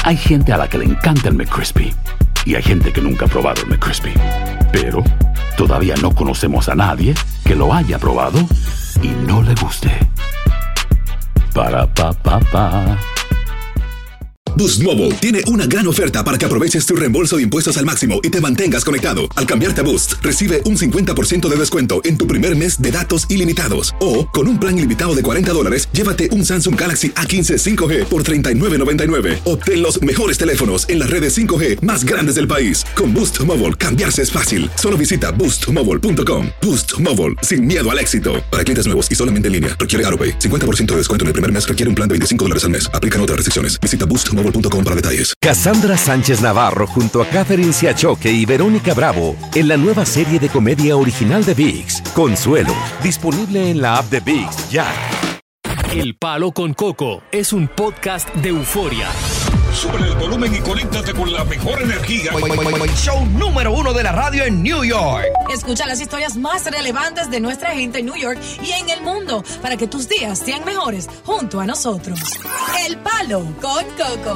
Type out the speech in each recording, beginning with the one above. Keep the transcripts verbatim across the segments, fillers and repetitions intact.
Hay gente a la que le encanta el McCrispy y hay gente que nunca ha probado el McCrispy. Pero todavía no conocemos a nadie que lo haya probado y no le guste. Para pa pa pa. Boost Mobile tiene una gran oferta para que aproveches tu reembolso de impuestos al máximo y te mantengas conectado. Al cambiarte a Boost, recibe un cincuenta por ciento de descuento en tu primer mes de datos ilimitados. O, con un plan ilimitado de cuarenta dólares, llévate un Samsung Galaxy A quince cinco G por treinta y nueve noventa y nueve. Obtén los mejores teléfonos en las redes cinco G más grandes del país. Con Boost Mobile, cambiarse es fácil. Solo visita boost mobile punto com. Boost Mobile, sin miedo al éxito. Para clientes nuevos y solamente en línea, requiere AutoPay. cincuenta por ciento de descuento en el primer mes requiere un plan de veinticinco dólares al mes. Aplican otras restricciones. Visita boost mobile punto com para detalles. Cassandra Sánchez Navarro junto a Catherine Siachoque y Verónica Bravo en la nueva serie de comedia original de ViX, Consuelo, disponible en la app de ViX ya. El Palo con Coco es un podcast de euforia. Sube el volumen y conéctate con la mejor energía. Show número uno de la radio en New York. Escucha las historias más relevantes de nuestra gente en New York y en el mundo para que tus días sean mejores junto a nosotros. El Palo con Coco.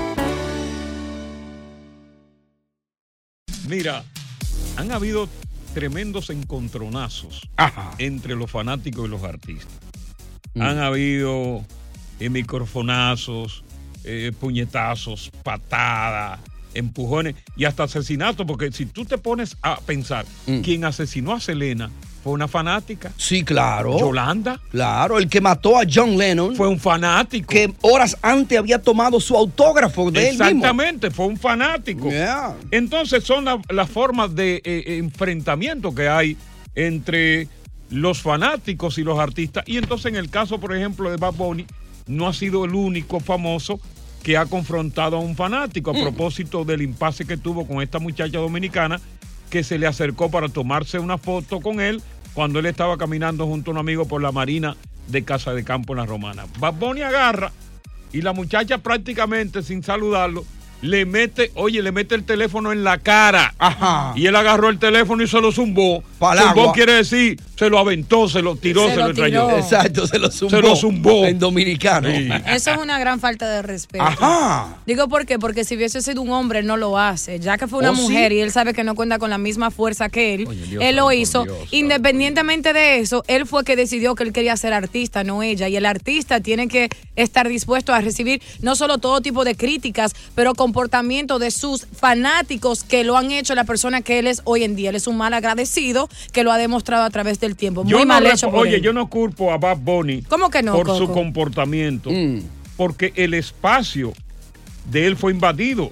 Mira, han habido tremendos encontronazos Ajá. entre los fanáticos y los artistas. Mm. Han habido eh, microfonazos, eh, puñetazos, patadas, empujones y hasta asesinatos, porque si tú te pones a pensar, mm. quien asesinó a Selena fue una fanática. Sí, claro. Yolanda. Claro, el que mató a John Lennon fue un fanático. Que horas antes había tomado su autógrafo de él mismo. Exactamente, fue un fanático. Yeah. Entonces son las la formas de eh, enfrentamiento que hay entre los fanáticos y los artistas. Y entonces en el caso, por ejemplo, de Bad Bunny, no ha sido el único famoso que ha confrontado a un fanático a mm. propósito del impasse que tuvo con esta muchacha dominicana que se le acercó para tomarse una foto con él cuando él estaba caminando junto a un amigo por la marina de Casa de Campo en La Romana. Bad Bunny agarra y la muchacha prácticamente sin saludarlo le mete, oye, le mete el teléfono en la cara. Ajá. Y él agarró el teléfono y se lo zumbó. Palagua. Zumbó quiere decir, se lo aventó, se lo tiró, se, se lo, lo entrayó. Exacto, se lo zumbó. Se lo zumbó. En dominicano. Sí. Eso es una gran falta de respeto. Ajá. Digo, ¿por qué? Porque si hubiese sido un hombre, él no lo hace. Ya que fue una ¿Oh, mujer sí? y él sabe que no cuenta con la misma fuerza que él, Oye, Dios, él lo por hizo. Dios, Independientemente de eso, él fue que decidió que él quería ser artista, no ella. Y el artista tiene que estar dispuesto a recibir no solo todo tipo de críticas, pero comportamiento de sus fanáticos que lo han hecho la persona que él es hoy en día. Él es un mal agradecido que lo ha demostrado a través del tiempo. Muy Yo no mal le- hecho por Oye, él. yo no culpo a Bad Bunny. ¿Cómo que no, Por Coco? su comportamiento. Mm. Porque el espacio de él fue invadido.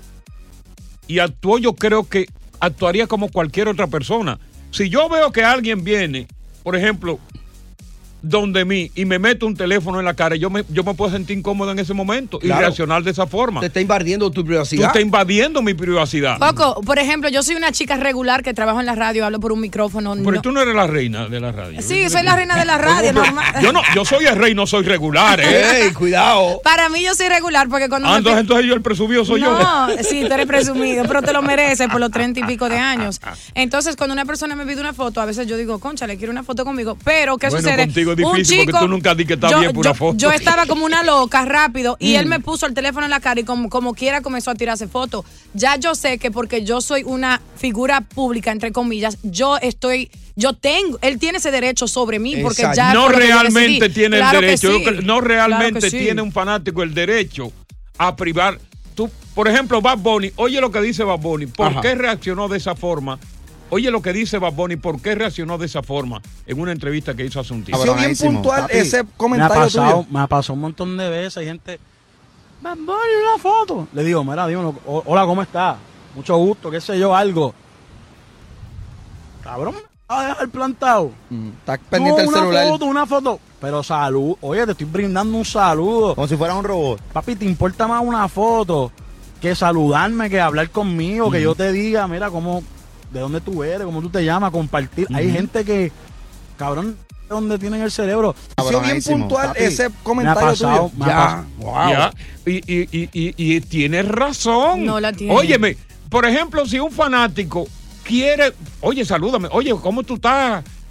Y actuó, yo creo que actuaría como cualquier otra persona. Si yo veo que alguien viene, por ejemplo, donde mí y me mete un teléfono en la cara, yo me, yo me puedo sentir incómodo en ese momento Claro. y reaccionar de esa forma. Te está invadiendo tu Tú privacidad. estás invadiendo mi privacidad. Coco, por ejemplo, yo soy una chica regular que trabajo en la radio, hablo por un micrófono. Pero no- tú no eres la reina de la radio. Sí, soy la reina de la radio. normal. Yo no, yo soy el rey, no soy regular, ¿eh? Ey, cuidado. Para mí yo soy regular porque cuando Ah, me entonces, pe- entonces yo el presumido soy yo. No, sí, tú eres presumido, pero te lo mereces por los treinta y pico de años. Entonces, cuando una persona me pide una foto, a veces yo digo, concha, le quiero una foto conmigo. Pero, ¿qué Bueno, sucede? contigo es Un difícil porque chico- tú nunca di que está yo- bien por yo- una foto. Yo estaba como una loca, rápido, y Mm. él me puso el teléfono en la cara y como, como quiera comenzó a tirarse fotos. Ya yo sé que porque yo soy una figura pública, entre comillas, yo estoy... Yo tengo, él tiene ese derecho sobre mí porque Exacto. ya No fue lo que yo realmente decidí. tiene Claro el que derecho. sí, Yo creo- no realmente claro que sí. tiene un fanático el derecho a privar. Tú, por ejemplo, Bad Bunny, oye lo que dice Bad Bunny, ¿por Ajá. qué reaccionó de esa forma? Oye lo que dice Bad Bunny, ¿por qué reaccionó de esa forma en una entrevista que hizo hace un tiempo? Ha sido bien puntual Papi, ese me ha comentario pasado, tuyo. me ha pasado un montón de veces. Hay gente, Bad Bunny, una foto. Le digo, mira, dímelo, o- hola, ¿cómo estás? Mucho gusto, qué sé yo, algo. Cabrón, me vas a dejar plantado. Mm, Está pendiente No, del una celular. foto, una foto. Pero salud, oye, te estoy brindando un saludo. Como si fuera un robot. Papi, ¿te importa más una foto que saludarme, que hablar conmigo, que yo te diga, mira, cómo, de dónde tú eres, cómo tú te llamas, compartir? Hay gente que, cabrón, ¿de dónde tienen el cerebro? Ha sido bien Cabronísimo, puntual papi. ese Me ha comentario pasado, tuyo. me ha Ya. pasado. Wow. Ya, y, y, y, y, y tienes razón. No la tiene. Óyeme, por ejemplo, si un fanático quiere, oye, salúdame, oye, ¿cómo tú estás?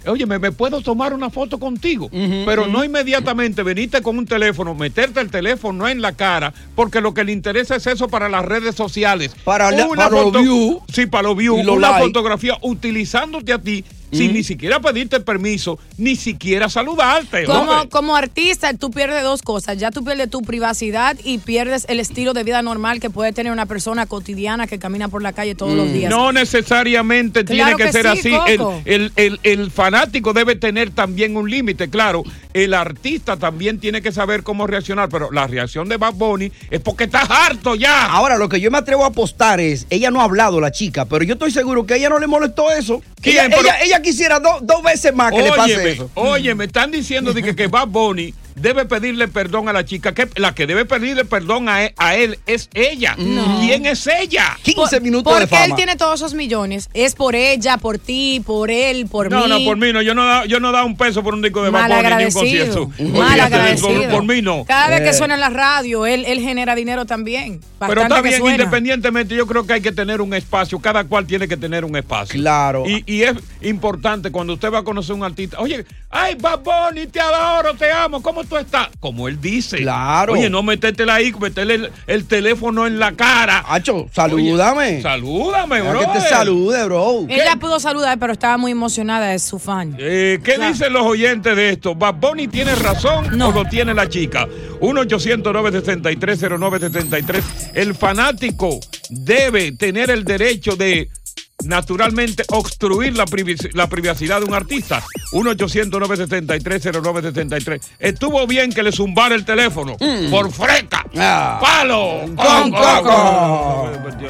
oye, ¿me, me puedo tomar una foto contigo? Uh-huh, Pero uh-huh. no inmediatamente venirte con un teléfono, meterte el teléfono en la cara, porque lo que le interesa es eso para las redes sociales. Para, la, una para foto, los views. Sí, para los views. Y los Una like. fotografía utilizándote a ti sin Mm. ni siquiera pedirte permiso, ni siquiera saludarte. Como, hombre. como artista, tú pierdes dos cosas. Ya tú pierdes tu privacidad y pierdes el estilo de vida normal que puede tener una persona cotidiana que camina por la calle todos los días. No necesariamente Claro tiene que, que ser sí, así. El, Coco. el, el, el fanático debe tener también un límite, claro. El artista también tiene que saber cómo reaccionar, pero la reacción de Bad Bunny es porque estás harto ya. Ahora, lo que yo me atrevo a apostar es, ella no ha hablado, la chica, pero yo estoy seguro que a ella no le molestó eso. ¿Quién? Ella, Pero- ella, ella quisiera do- dos veces más que le pase Óyeme, eso. oye, me están diciendo de que, que Bad Bunny debe pedirle perdón a la chica, que la que debe pedirle perdón a él, a él es ella. No. ¿Quién es ella? quince minutos Porque de fama. él tiene todos esos millones. Es por ella, por ti, por él, por No, mí. no, por mí no. Yo no da, yo no da un peso por un disco de Bad Mal Bunny ni un agradecido. concierto. Mal Olvídate de eso, agradecido. Por mí no. Cada vez Eh. que suena en la radio, él, él genera dinero también. Pero Bastante está que bien, suena. independientemente, yo creo que hay que tener un espacio. Cada cual tiene que tener un espacio. Claro. Y, y es importante cuando usted va a conocer a un artista. Oye, ay, Bad Bunny, te adoro, te amo. ¿Cómo tú estás? Como él dice. Claro. Oye, no metétela ahí, meterle el, el teléfono en la cara. Hacho, salúdame. Oye, salúdame, Deja bro. que te salude, bro. Él la pudo saludar, pero estaba muy emocionada, es su fan. Eh, ¿Qué Claro. dicen los oyentes de esto? ¿Bad Bunny tiene razón No. o lo tiene la chica? uno ochocientos nueve setenta y tres cero nueve setenta y tres. El fanático debe tener el derecho de, naturalmente, obstruir la, privac- la privacidad de un artista. uno ochocientos nueve setenta y tres cero nueve setenta y tres. Estuvo bien que le zumbara el teléfono. Por freca. Ah. ¡Palo! Con coco.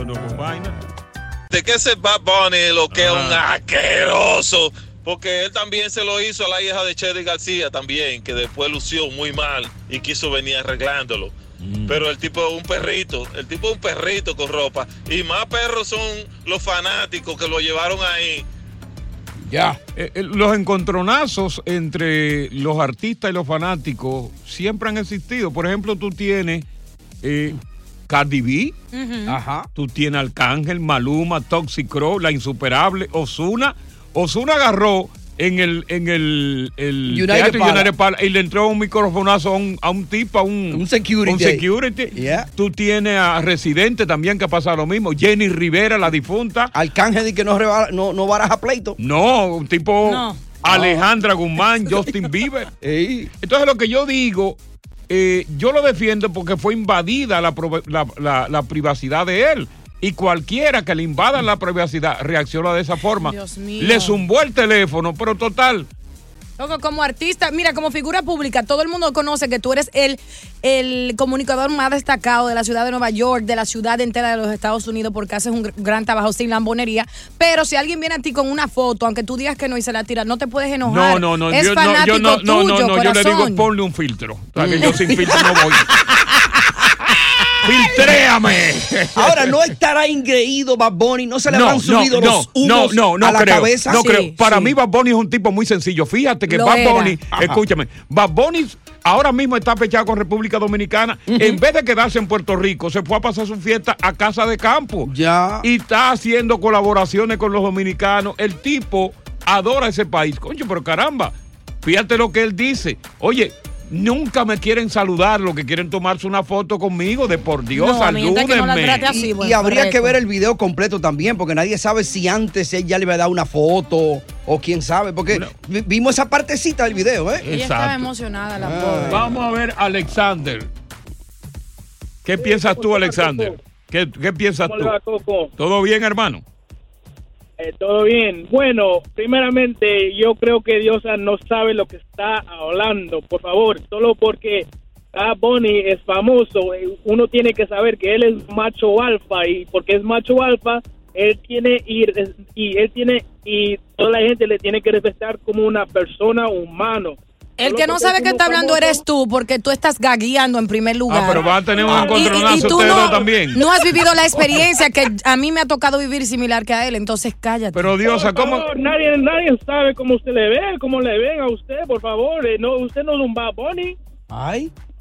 De que ese Bad Bunny lo que es un asqueroso, porque él también se lo hizo a la hija de Chedi García también, que después lució muy mal y quiso venir arreglándolo. Pero el tipo es un perrito, el tipo es un perrito con ropa, y más perros son los fanáticos que lo llevaron ahí. Ya. Eh, eh, los encontronazos entre los artistas y los fanáticos siempre han existido. Por ejemplo, tú tienes eh, Cardi B, Ujú. Ajá. tú tienes Arcángel, Maluma, Toxic Crow, La Insuperable, Ozuna. Ozuna agarró en el en el, el United Teatro Palace. United Palace y le entró un microfonazo a un, a un tipo, a un, Un security. un security. Yeah. Tú tienes a Residente también que pasa lo mismo. Jenny Rivera, la difunta. Arcángel y que no, reba- no, no baraja pleito. No, un tipo No. Alejandra Guzmán, Justin Bieber. Ey. Entonces lo que yo digo, eh, yo lo defiendo porque fue invadida la, pro- la- la- la privacidad de él. Y cualquiera que le invada la privacidad reacciona de esa forma. Dios mío. Le zumbó el teléfono, pero total. Loco, como artista, mira, como figura pública, todo el mundo conoce que tú eres el, el comunicador más destacado de la ciudad de Nueva York, de la ciudad entera de los Estados Unidos, porque haces un gr- gran trabajo sin lambonería. Pero si alguien viene a ti con una foto, aunque tú digas que no y se la tira, no te puedes enojar. No, no, no. Es yo, no, fanático yo no, no, tuyo, no, no, yo le digo corazón. ponle un filtro. O sea, que yo sin filtro no voy. ¡Filtréame! Ahora, ¿no estará ingreído Bad Bunny? ¿No se le No, habrán subido no, los no, humos no, no a la creo, cabeza? No Sí, creo. Para sí. mí Bad Bunny es un tipo muy sencillo. Fíjate que Lo Bad era. Bunny, Ajá. escúchame, Bad Bunny ahora mismo está pechado con República Dominicana. En vez de quedarse en Puerto Rico, se fue a pasar su fiesta a Casa de Campo. Ya. Y está haciendo colaboraciones con los dominicanos. El tipo adora ese país. Concho, pero caramba, fíjate lo que él dice. Oye, nunca me quieren saludar, lo que quieren tomarse una foto conmigo, de por Dios, No, mientras que no la salúdenme. trate así. Y, bueno, y habría correcto. que ver el video completo también, porque nadie sabe si antes él ya le había dado una foto o quién sabe, porque No. vi- vimos esa partecita del video, ¿eh? Ella estaba Exacto. emocionada, la Ah. pobre. Vamos a ver, Alexander. ¿Qué piensas tú, Alexander? ¿Qué, qué piensas ¿Cómo tú? le va, Coco? ¿Todo bien, hermano? Eh, Todo bien. Bueno, primeramente, yo creo que Diosa no sabe lo que está hablando. Por favor, solo porque Bad Bunny es famoso, eh, uno tiene que saber que él es macho alfa, y porque es macho alfa, él tiene y, y él tiene y toda la gente le tiene que respetar como una persona humano. El Solo que no porque sabe es que está uno hablando famoso, eres tú, porque tú estás gagueando en primer lugar. Ah, pero va a tener un Ah, y- y- y encontronazo tú ustedes no, dos también. no has vivido la experiencia que a mí me ha tocado vivir similar que a él, entonces cállate. Pero Diosa, Por ¿cómo? favor, nadie, nadie sabe cómo usted le ve, cómo le ven a usted, por favor. Eh, no, usted no es un Bad Bunny. Ay.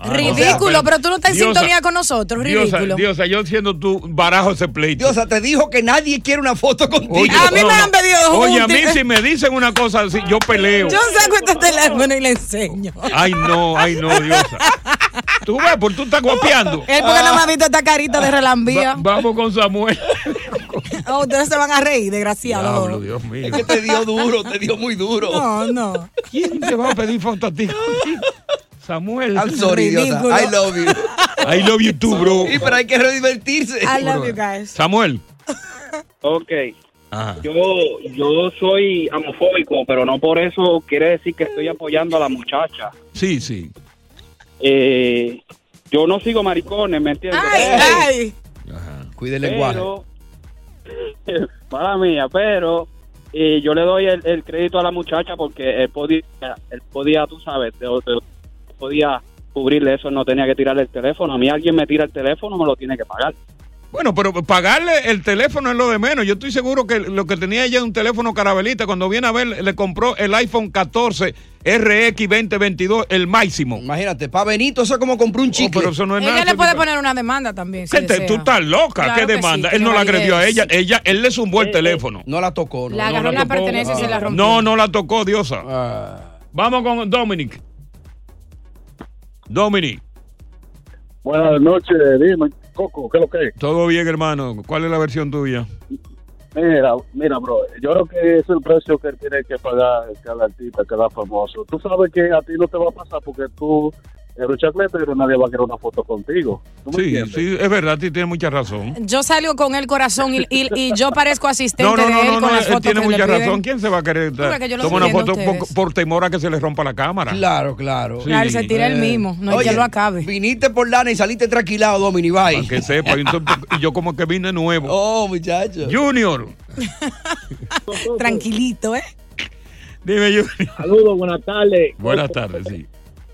Ah, ridículo, no, pero tú no estás en Diosa, sintonía con nosotros, Diosa, ridículo. Diosa, yo siendo tú, barajo ese pleito. Diosa, te dijo que nadie quiere una foto contigo. Oye, a mí no, me no. han pedido Oye, a mí juntos. si me dicen una cosa así, yo peleo. Yo saco este teléfono y le enseño. Ay, no, ay, no, Diosa. Tú ves, porque tú estás guapeando. Él porque no me ha visto esta carita de relambía. Va- vamos con Samuel. Oh, ustedes se van a reír, desgraciado. Diablo, Dios mío. Es que te dio duro, te dio muy duro. No, no. ¿Quién te va a pedir foto a ti? Samuel. I'm sorry, Diosa. Ridículo. I love you. I love you too, bro. Sí, pero hay que redivertirse. I love you guys. Samuel. Ok. Ajá. Yo, yo soy homofóbico, pero no por eso quiere decir que estoy apoyando a la muchacha. Sí, sí. Eh, yo no sigo maricones, ¿me entiendes? Ay, ay. Cuide el lenguaje. Pero, mala mía, pero eh, yo le doy el, el crédito a la muchacha porque él podía, él podía, tú sabes, de- de- podía cubrirle eso, no tenía que tirarle el teléfono. A mí alguien me tira el teléfono, me lo tiene que pagar. Bueno, pero pagarle el teléfono es lo de menos. Yo estoy seguro que lo que tenía ella es un teléfono carabelita. Cuando viene a ver, le compró el iPhone catorce R X veinte veintidós, el máximo. Imagínate, para Benito eso es como comprar un Oh, chicle. pero eso no es nada. Ella le eso puede es- poner una demanda también. Si ¿Qué te- desea. tú estás loca. Claro ¿Qué que demanda? sí, Él no tiene la agredió a validez. ella. ella. Él le zumbó el teléfono. No la tocó, ¿no? La No agarró la en la tocó. pertenencia y se la rompió. No, no la tocó, Diosa. Ah. Vamos con Dominic. Dominic. Buenas noches, dime, Coco, ¿qué es lo que es? Todo bien, hermano. ¿Cuál es la versión tuya? Mira, mira, bro, yo creo que es el precio que tiene que pagar cada artista, cada famoso. Tú sabes que a ti no te va a pasar porque tú eres un chacletero y nadie va a querer una foto contigo. ¿Tú me Sí, entiendes? sí, es verdad, tú tienes mucha razón. Yo salgo con el corazón y, y, y yo parezco asistente No, no, no, de él no, con no, las él fotos tiene que mucha le piden. razón. ¿Quién se va a querer crees que yo los tomar una entiendo foto a por, ustedes? por temor a que se le rompa la cámara? Claro, claro. Sí. Claro, se tira el mismo, no hay que lo acabe. Viniste por lana y saliste tranquilado, Domini, bye. Para que sepa, y entonces, y yo como que vine nuevo. Oh, muchacho. Junior. Tranquilito, ¿eh? Dime, Junior. Saludos, buenas tardes. Buenas tardes, sí.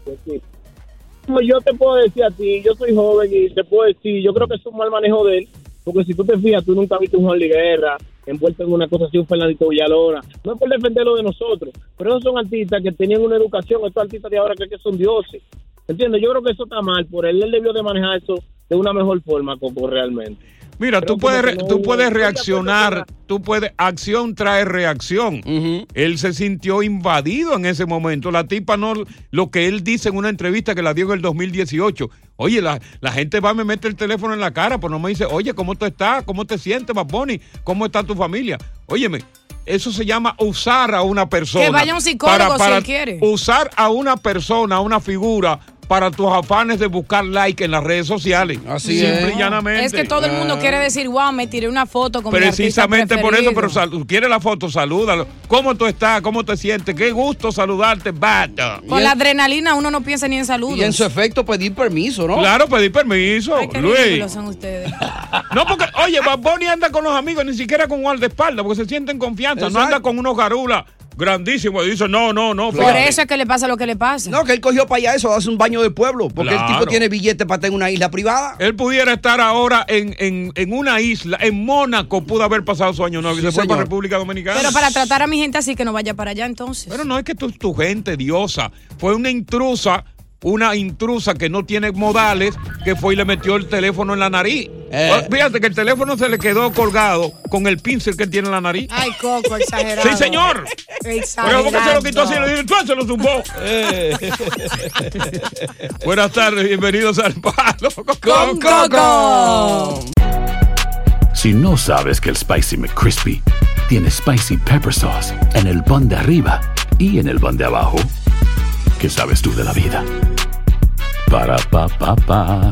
Como yo te puedo decir a ti, yo soy joven y te puedo decir, yo creo que es un mal manejo de él, porque si tú te fijas, tú nunca has visto un Juan Luis Guerra envuelto en una cosa así, un Fernandito Villalona. No es por defenderlo de nosotros, pero esos son artistas que tenían una educación, estos artistas de ahora creen que son dioses. ¿Entiendes? Yo creo que eso está mal, por él, él debió de manejar eso de una mejor forma, Coco, realmente. Mira, Pero tú puedes, como re- que no- tú puedes no estoy de acuerdo reaccionar, tú puedes, acción trae reacción. Él se sintió invadido en ese momento. La tipa no, lo que él dice en una entrevista que la dio en el dos mil dieciocho. Oye, la, la gente va, me mete el teléfono en la cara, pero no me dice, oye, ¿cómo tú estás? ¿Cómo te sientes, Bad Bunny? ¿Cómo está tu familia? Óyeme, eso se llama usar a una persona. Que vaya un psicólogo si él quiere. Usar a una persona, a una figura, para tus afanes de buscar like en las redes sociales. Así Simple es. y llanamente. Es que todo el mundo quiere decir, wow, me tiré una foto con mi artista Precisamente por eso, preferido. pero sal- quiere la foto, salúdalo. ¿Cómo tú estás? ¿Cómo te sientes? Qué gusto saludarte, bata. Con la adrenalina uno no piensa ni en saludos. Y en su efecto pedir permiso, ¿no? Claro, pedir permiso, Ay, qué Luis. ridículos son ustedes. No, porque, oye, Bad Bunny anda con los amigos, ni siquiera con guardaespaldas, porque se sienten confianza. No Exacto. anda con unos garulas grandísimos y dice, no, no, no. Por fíjate. eso es que le pasa lo que le pasa. No, que él cogió para allá eso, hace un baño de pueblo, porque el Claro. tipo tiene billete para tener una isla privada. Él pudiera estar ahora en, en, en una isla, en Mónaco, pudo haber pasado su año nuevo y Sí, se fue señor. para República Dominicana. Pero para tratar a mi gente así que no vaya para allá entonces. Pero no es que tu, tu gente, diosa, fue una intrusa, una intrusa que no tiene modales, que fue y le metió el teléfono en la nariz. Eh. Fíjate que el teléfono se le quedó colgado con el pincel que él tiene en la nariz. Ay, Coco, exagerado. Sí, señor. Exagerado. Pero porque se lo quitó así y le dijo, tú se lo zumbó. Buenas tardes, bienvenidos al Palo Con Coco. Si no sabes que el Spicy McCrispy tiene Spicy Pepper Sauce en el pan de arriba y en el pan de abajo, ¿qué sabes tú de la vida? Para, pa, pa, pa.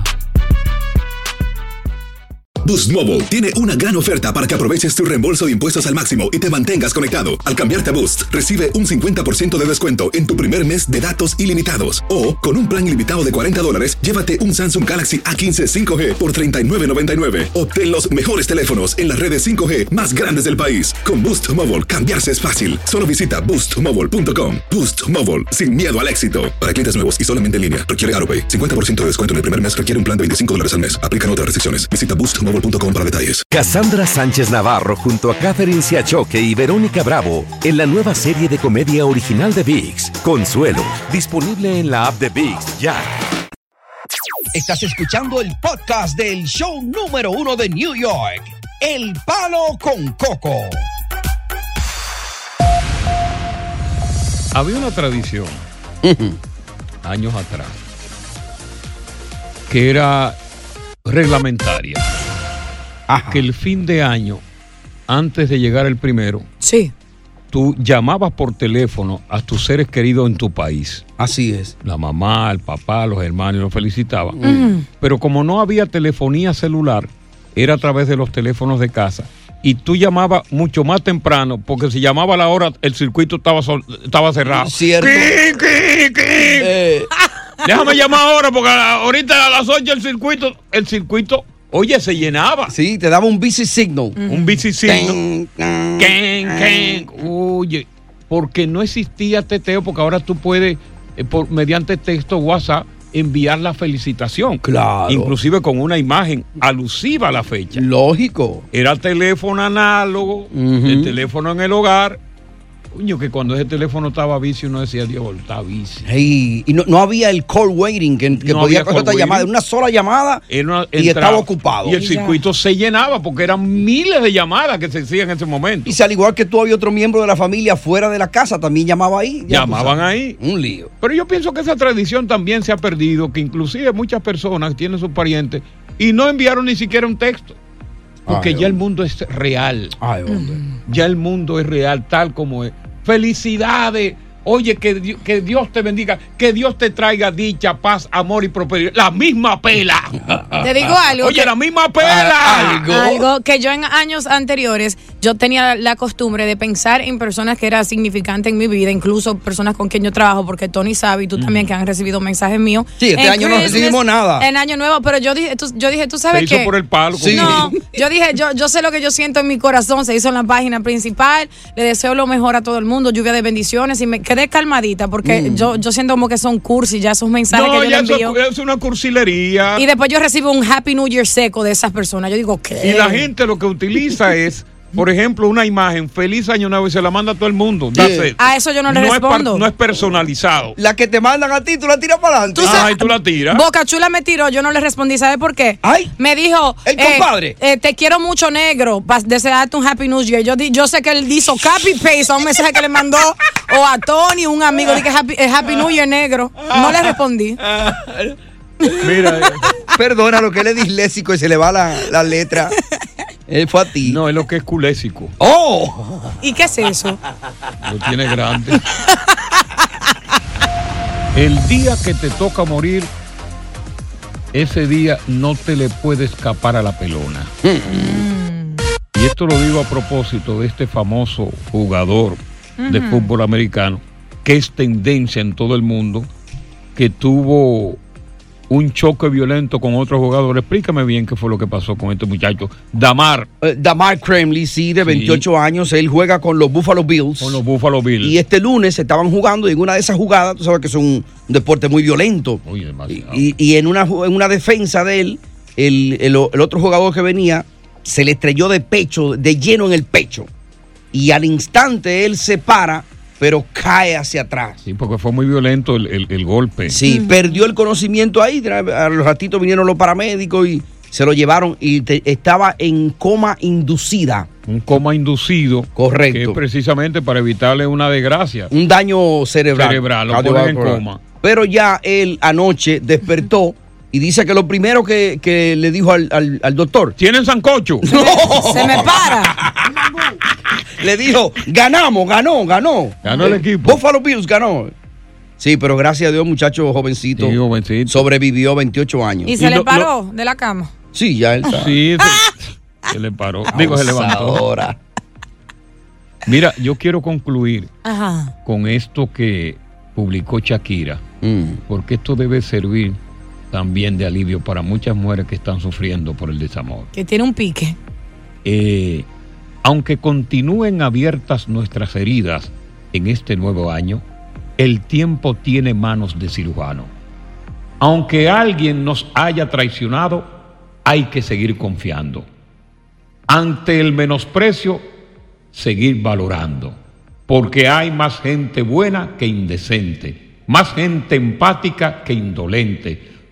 Boost Mobile tiene una gran oferta para que aproveches tu reembolso de impuestos al máximo y te mantengas conectado. Al cambiarte a Boost, recibe un cincuenta por ciento de descuento en tu primer mes de datos ilimitados. O, con un plan ilimitado de cuarenta dólares, llévate un Samsung Galaxy A quince cinco G por treinta y nueve noventa y nueve. Obtén los mejores teléfonos en las redes cinco G más grandes del país. Con Boost Mobile, cambiarse es fácil. Solo visita boost mobile punto com. Boost Mobile, sin miedo al éxito. Para clientes nuevos y solamente en línea, requiere AutoPay. cincuenta por ciento de descuento en el primer mes requiere un plan de veinticinco dólares al mes. Aplican otras restricciones. Visita boost mobile punto com para detalles. Cassandra Sánchez Navarro junto a Catherine Siachoque y Verónica Bravo en la nueva serie de comedia original de ViX, Consuelo, disponible en la app de ViX ya. Estás escuchando el podcast del show número uno de New York, El Palo con Coco. Había una tradición uh-huh. años atrás que era reglamentaria. Ajá. Que el fin de año, antes de llegar el primero, sí, tú llamabas por teléfono a tus seres queridos en tu país. Así es. La mamá, el papá, los hermanos, los felicitaban. Uh-huh. Pero como no había telefonía celular, era a través de los teléfonos de casa. Y tú llamabas mucho más temprano, porque si llamaba a la hora, el circuito estaba, sol, estaba cerrado. Cierto. ¡Quin, quin, quin! Eh. Déjame llamar ahora, porque ahorita a las ocho el circuito, el circuito, oye, se llenaba. Sí, te daba un busy signal. Uh-huh. Un busy signal. Ken, ken. Oye, porque no existía teteo, porque ahora tú puedes, eh, por, mediante texto, WhatsApp, enviar la felicitación. Claro. Inclusive con una imagen alusiva a la fecha. Lógico. Era teléfono análogo, uh-huh. el teléfono en el hogar. Coño, que cuando ese teléfono estaba vicio uno decía, Dios, está vicio. Hey, y no, no había el call waiting, que, que no podía coger otra llamada. Una sola llamada una, y estaba ocupado. Y el circuito se llenaba porque eran miles de llamadas que se hacían en ese momento. Y si al igual que tú había otro miembro de la familia fuera de la casa, también llamaba ahí. Llamaban ahí. Un lío. Pero yo pienso que esa tradición también se ha perdido, que inclusive muchas personas tienen sus parientes y no enviaron ni siquiera un texto. Porque Ay, ya hombre. el mundo es real. Ay, hombre. Ya el mundo es real tal como es. Felicidades. Oye, que, que Dios te bendiga, que Dios te traiga dicha, paz, amor y prosperidad. La misma pela. Te digo algo. Oye, que, la misma pela. Algo. algo que yo en años anteriores, yo tenía la costumbre de pensar en personas que eran significantes en mi vida, incluso personas con quien yo trabajo, porque Tony sabe y tú mm. también, que han recibido mensajes míos. Sí, este año no recibimos nada. En año nuevo, pero yo dije, tú, yo dije, tú sabes qué. Se hizo por el palo. Sí. No, yo dije, yo, yo sé lo que yo siento en mi corazón, se hizo en la página principal, le deseo lo mejor a todo el mundo, lluvia de bendiciones, y me quedé calmadita, porque mm. yo, yo siento como que son cursi ya esos mensajes no, que yo ya le envío. Eso es una cursilería. Y después yo recibo un Happy New Year seco de esas personas. Yo digo, ¿qué? Y la gente lo que utiliza es, por ejemplo, una imagen, feliz año nuevo, y se la manda a todo el mundo. Sí. A eso yo no le no respondo. Es par, no es personalizado. La que te mandan a ti, tú la tiras para adelante. Ah, y tú la tiras. Boca Chula me tiró, yo no le respondí. ¿Sabes por qué? Ay. Me dijo, el eh, compadre. Eh, te quiero mucho, negro, para desearte un Happy New Year. Yo, yo sé que él hizo copy paste a un mensaje que le mandó o a Tony, un amigo, dije Happy, eh, Happy New Year, negro. No le respondí. Mira. Perdona, lo que él es disléxico y se le va la, la letra. Él fue a ti. No, es lo que es culésico. ¡Oh! ¿Y qué es eso? Lo tiene grande. El día que te toca morir, ese día no te le puede escapar a la pelona. Mm. Y esto lo digo a propósito de este famoso jugador uh-huh. de fútbol americano, que es tendencia en todo el mundo, que tuvo un choque violento con otro jugador. Explícame bien qué fue lo que pasó con este muchacho, Damar. Uh, Damar Hamlin, sí, de veintiocho sí. años. Él juega con los Buffalo Bills. Con los Buffalo Bills. Y este lunes estaban jugando y en una de esas jugadas, tú sabes que es un deporte muy violento. Uy, demasiado. Y, y, y en, una, en una defensa de él, el, el, el otro jugador que venía se le estrelló de pecho, de lleno en el pecho. Y al instante él se para, pero cae hacia atrás. Sí, porque fue muy violento el, el, el golpe. Sí, uh-huh. perdió el conocimiento ahí. A los ratitos vinieron los paramédicos y se lo llevaron y te, estaba en coma inducida. Un coma inducido. Correcto. Que es precisamente para evitarle una desgracia. Un daño cerebral. Cerebral, lo ponen en coma. Pero ya él anoche despertó y dice que lo primero que, que le dijo al, al, al doctor: ¿tienen sancocho? Se, no. se me para. Le dijo, ganamos, ganó, ganó. Ganó el equipo. Buffalo Bills ganó. Sí, pero gracias a Dios, muchacho jovencito, sí, jovencito. sobrevivió veintiocho años. ¿Y se y le lo, paró lo... de la cama? Sí, ya él está. Sí, se, se le paró. Digo, se levantó. Ahora. Mira, yo quiero concluir Ajá. con esto que publicó Shakira, mm. porque esto debe servir también de alivio para muchas mujeres que están sufriendo por el desamor. Que tiene un pique. Eh... Aunque continúen abiertas nuestras heridas en este nuevo año, el tiempo tiene manos de cirujano. Aunque alguien nos haya traicionado, hay que seguir confiando. Ante el menosprecio, seguir valorando. Porque hay más gente buena que indecente, más gente empática que indolente.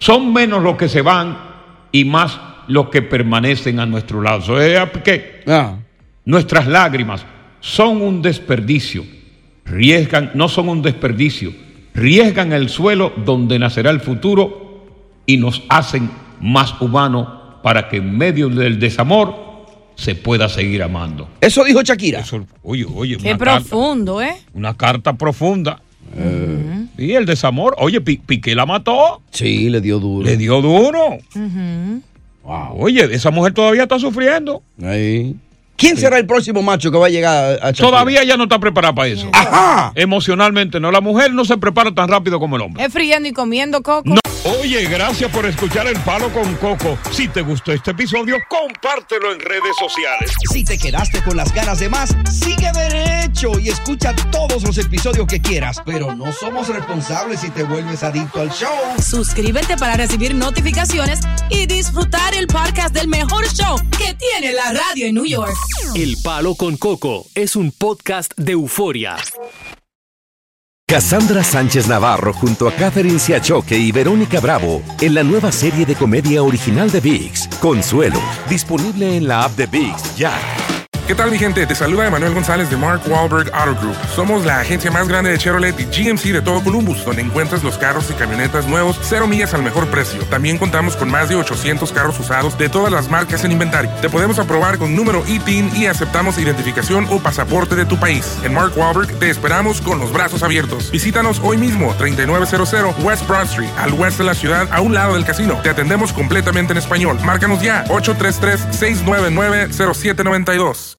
Son menos los que se van y más los que permanecen a nuestro lado. O sea, que ah. nuestras lágrimas son un desperdicio. Riesgan, no son un desperdicio. Riesgan el suelo donde nacerá el futuro y nos hacen más humanos para que en medio del desamor se pueda seguir amando. Eso dijo Shakira. Eso, oye, oye. Qué profundo, carta, ¿eh? Una carta profunda. Uh-huh. Y el desamor. Oye, Piqué la mató. Sí, le dio duro. Le dio duro. Uh-huh. Wow. Oye, esa mujer todavía está sufriendo. Ahí. ¿Quién sí. será el próximo macho que va a llegar a Shakira? Todavía ella no está preparada para eso. Ajá. Emocionalmente no. La mujer no se prepara tan rápido como el hombre. Es friendo y comiendo, Coco. No. Oye, gracias por escuchar El Palo con Coco. Si te gustó este episodio, compártelo en redes sociales. Si te quedaste con las ganas de más, sigue derecho y escucha todos los episodios que quieras. Pero no somos responsables si te vuelves adicto al show. Suscríbete para recibir notificaciones y disfrutar el podcast del mejor show que tiene la radio en New York. El Palo con Coco es un podcast de Euforia. Cassandra Sánchez Navarro junto a Catherine Siachoque y Verónica Bravo en la nueva serie de comedia original de ViX, Consuelo, disponible en la app de ViX ya. ¿Qué tal, mi gente? Te saluda Emanuel González de Mark Wahlberg Auto Group. Somos la agencia más grande de Chevrolet y G M C de todo Columbus, donde encuentras los carros y camionetas nuevos, cero millas al mejor precio. También contamos con más de ochocientos carros usados de todas las marcas en inventario. Te podemos aprobar con número I T I N y aceptamos identificación o pasaporte de tu país. En Mark Wahlberg te esperamos con los brazos abiertos. Visítanos hoy mismo, treinta y nueve cero cero West Broad Street, al oeste de la ciudad, a un lado del casino. Te atendemos completamente en español. Márcanos ya, ocho tres tres, seis nueve nueve, cero siete nueve dos.